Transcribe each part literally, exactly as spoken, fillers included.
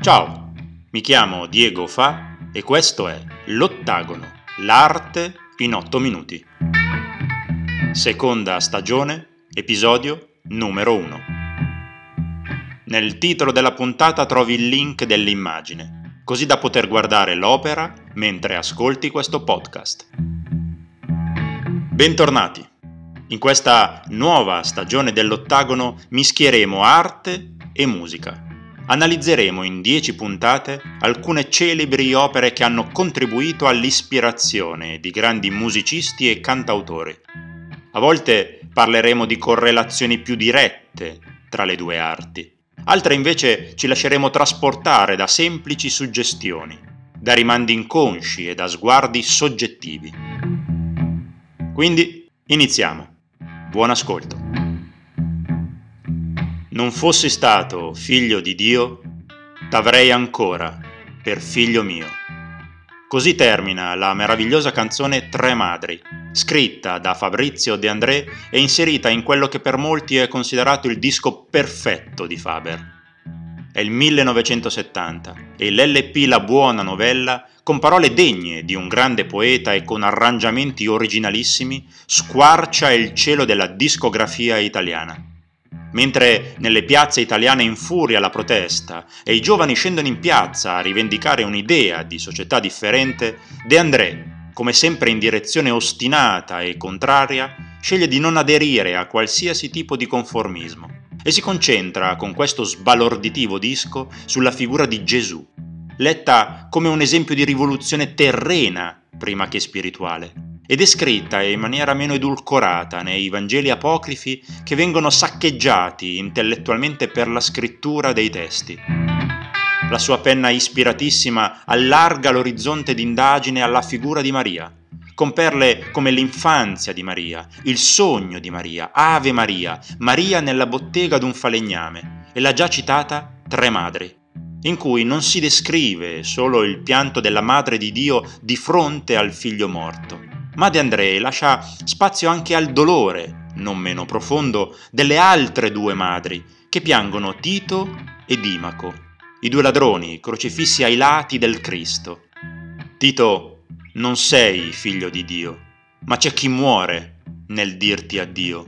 Ciao, mi chiamo Diego Fa e questo è L'Ottagono, l'arte in otto minuti. Seconda stagione, episodio numero uno. Nel titolo della puntata trovi il link dell'immagine, così da poter guardare l'opera mentre ascolti questo podcast. Bentornati! In questa nuova stagione dell'Ottagono mischieremo arte e musica. Analizzeremo in dieci puntate alcune celebri opere che hanno contribuito all'ispirazione di grandi musicisti e cantautori. A volte parleremo di correlazioni più dirette tra le due arti, altre invece ci lasceremo trasportare da semplici suggestioni, da rimandi inconsci e da sguardi soggettivi. Quindi iniziamo. Buon ascolto. Non fossi stato figlio di Dio, t'avrei ancora per figlio mio. Così termina la meravigliosa canzone Tre Madri, scritta da Fabrizio De André e inserita in quello che per molti è considerato il disco perfetto di Faber. È il millenovecentosettanta e l'L P La Buona Novella, con parole degne di un grande poeta e con arrangiamenti originalissimi, squarcia il cielo della discografia italiana. Mentre nelle piazze italiane infuria la protesta e i giovani scendono in piazza a rivendicare un'idea di società differente, De André, come sempre in direzione ostinata e contraria, sceglie di non aderire a qualsiasi tipo di conformismo e si concentra con questo sbalorditivo disco sulla figura di Gesù, letta come un esempio di rivoluzione terrena prima che spirituale, e descritta in maniera meno edulcorata nei Vangeli apocrifi che vengono saccheggiati intellettualmente per la scrittura dei testi. La sua penna ispiratissima allarga l'orizzonte d'indagine alla figura di Maria, con perle come l'infanzia di Maria, il sogno di Maria, Ave Maria, Maria nella bottega d'un falegname e la già citata Tre Madri, in cui non si descrive solo il pianto della Madre di Dio di fronte al figlio morto, ma De André lascia spazio anche al dolore, non meno profondo, delle altre due madri che piangono Tito e Dimaco, i due ladroni crocifissi ai lati del Cristo. Tito, non sei figlio di Dio, ma c'è chi muore nel dirti addio.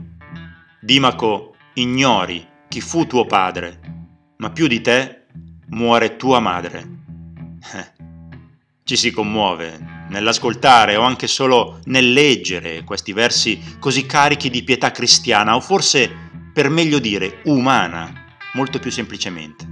Dimaco, ignori chi fu tuo padre, ma più di te muore tua madre. Eh, ci si commuove nell'ascoltare o anche solo nel leggere questi versi così carichi di pietà cristiana, o forse, per meglio dire, umana, molto più semplicemente.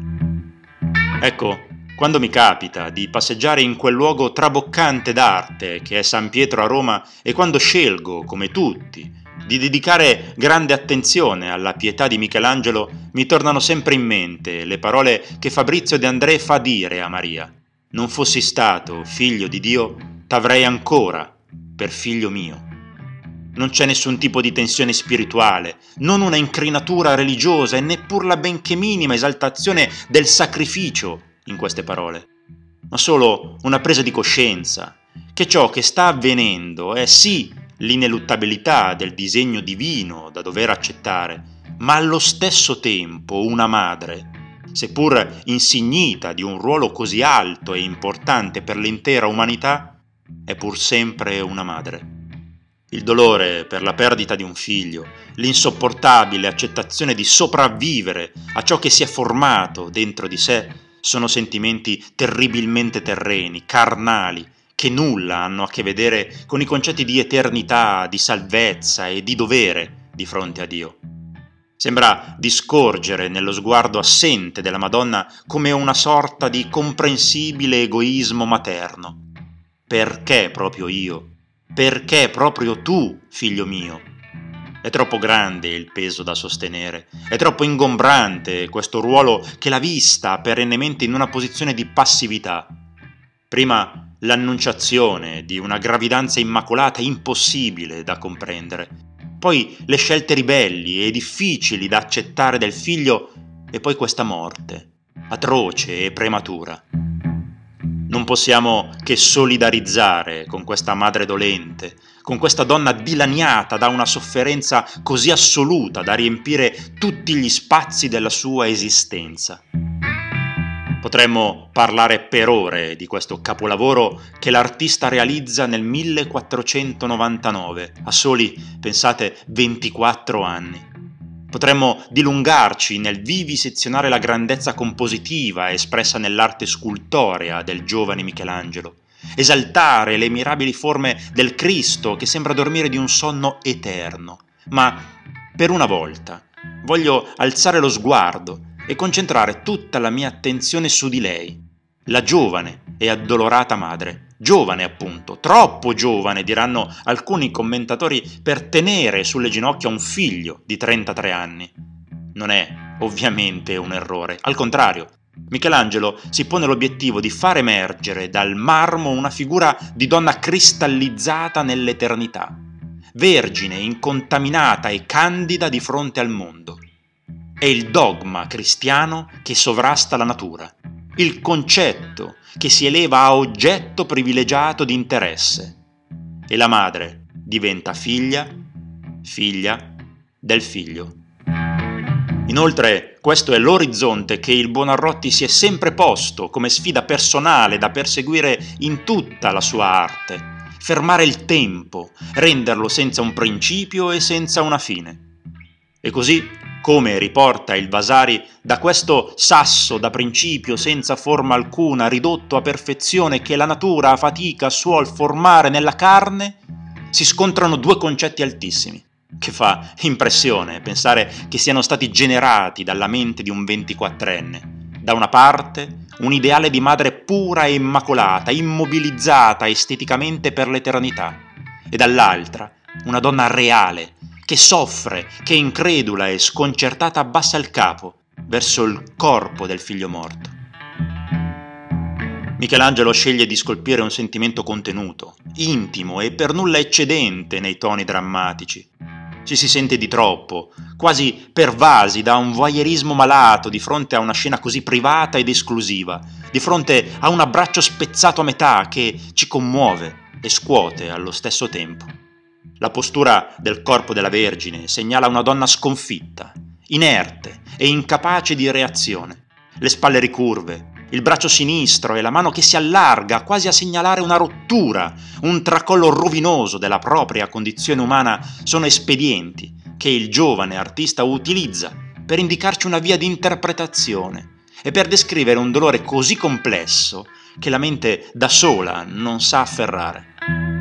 Ecco, quando mi capita di passeggiare in quel luogo traboccante d'arte che è San Pietro a Roma e quando scelgo, come tutti, di dedicare grande attenzione alla pietà di Michelangelo, mi tornano sempre in mente le parole che Fabrizio De André fa dire a Maria: non fossi stato figlio di Dio, t'avrei ancora per figlio mio. Non c'è nessun tipo di tensione spirituale, non una incrinatura religiosa e neppur la benché minima esaltazione del sacrificio in queste parole, ma solo una presa di coscienza che ciò che sta avvenendo è sì l'ineluttabilità del disegno divino da dover accettare, ma allo stesso tempo una madre, seppur insignita di un ruolo così alto e importante per l'intera umanità, è pur sempre una madre. Il dolore per la perdita di un figlio, l'insopportabile accettazione di sopravvivere a ciò che si è formato dentro di sé, sono sentimenti terribilmente terreni, carnali, che nulla hanno a che vedere con i concetti di eternità, di salvezza e di dovere di fronte a Dio. Sembra di scorgere nello sguardo assente della Madonna come una sorta di comprensibile egoismo materno. Perché proprio io? Perché proprio tu, figlio mio? È troppo grande il peso da sostenere, è troppo ingombrante questo ruolo che l'ha vista perennemente in una posizione di passività. Prima l'annunciazione di una gravidanza immacolata impossibile da comprendere, poi le scelte ribelli e difficili da accettare del figlio e poi questa morte, atroce e prematura. Non possiamo che solidarizzare con questa madre dolente, con questa donna dilaniata da una sofferenza così assoluta da riempire tutti gli spazi della sua esistenza. Potremmo parlare per ore di questo capolavoro che l'artista realizza nel millequattrocentonovantanove, a soli, pensate, ventiquattro anni. Potremmo dilungarci nel vivisezionare la grandezza compositiva espressa nell'arte scultorea del giovane Michelangelo, esaltare le mirabili forme del Cristo che sembra dormire di un sonno eterno. Ma, per una volta, voglio alzare lo sguardo e concentrare tutta la mia attenzione su di lei, la giovane e addolorata madre. Giovane, appunto, troppo giovane, diranno alcuni commentatori, per tenere sulle ginocchia un figlio di trentatré anni. Non è, ovviamente, un errore. Al contrario, Michelangelo si pone l'obiettivo di far emergere dal marmo una figura di donna cristallizzata nell'eternità, vergine, incontaminata e candida di fronte al mondo. È il dogma cristiano che sovrasta la natura, il concetto che si eleva a oggetto privilegiato di interesse, e la madre diventa figlia, figlia del figlio. Inoltre, questo è l'orizzonte che il Buonarroti si è sempre posto come sfida personale da perseguire in tutta la sua arte: fermare il tempo, renderlo senza un principio e senza una fine. E così, come riporta il Vasari, da questo sasso da principio senza forma alcuna, ridotto a perfezione, che la natura a fatica suol formare nella carne, si scontrano due concetti altissimi, che fa impressione pensare che siano stati generati dalla mente di un ventiquattrenne. Da una parte, un ideale di madre pura e immacolata, immobilizzata esteticamente per l'eternità, e dall'altra, una donna reale, che soffre, che incredula e sconcertata abbassa il capo verso il corpo del figlio morto. Michelangelo sceglie di scolpire un sentimento contenuto, intimo e per nulla eccedente nei toni drammatici. Ci si sente di troppo, quasi pervasi da un voyeurismo malato di fronte a una scena così privata ed esclusiva, di fronte a un abbraccio spezzato a metà che ci commuove e scuote allo stesso tempo. La postura del corpo della Vergine segnala una donna sconfitta, inerte e incapace di reazione. Le spalle ricurve, il braccio sinistro e la mano che si allarga quasi a segnalare una rottura, un tracollo rovinoso della propria condizione umana sono espedienti che il giovane artista utilizza per indicarci una via di interpretazione e per descrivere un dolore così complesso che la mente da sola non sa afferrare.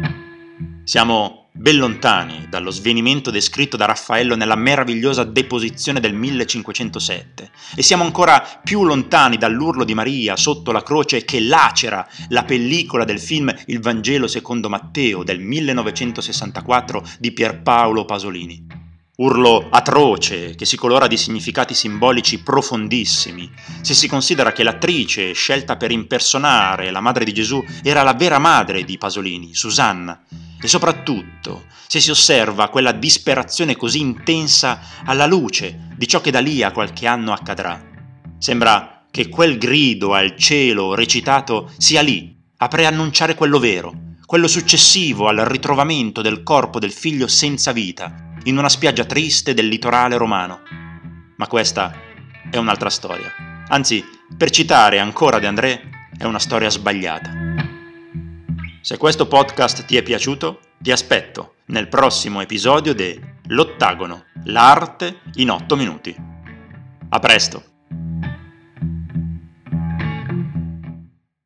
Siamo ben lontani dallo svenimento descritto da Raffaello nella meravigliosa Deposizione del millecinquecentosette e siamo ancora più lontani dall'urlo di Maria sotto la croce che lacera la pellicola del film Il Vangelo secondo Matteo del millenovecentosessantaquattro di Pierpaolo Pasolini. Urlo atroce che si colora di significati simbolici profondissimi, se si considera che l'attrice scelta per impersonare la madre di Gesù era la vera madre di Pasolini, Susanna, e soprattutto se si osserva quella disperazione così intensa alla luce di ciò che da lì a qualche anno accadrà. Sembra che quel grido al cielo recitato sia lì a preannunciare quello vero, quello successivo al ritrovamento del corpo del figlio senza vita in una spiaggia triste del litorale romano. Ma questa è un'altra storia. Anzi, per citare ancora De André, è una storia sbagliata. Se questo podcast ti è piaciuto, ti aspetto nel prossimo episodio de L'Ottagono, l'arte in otto minuti. A presto!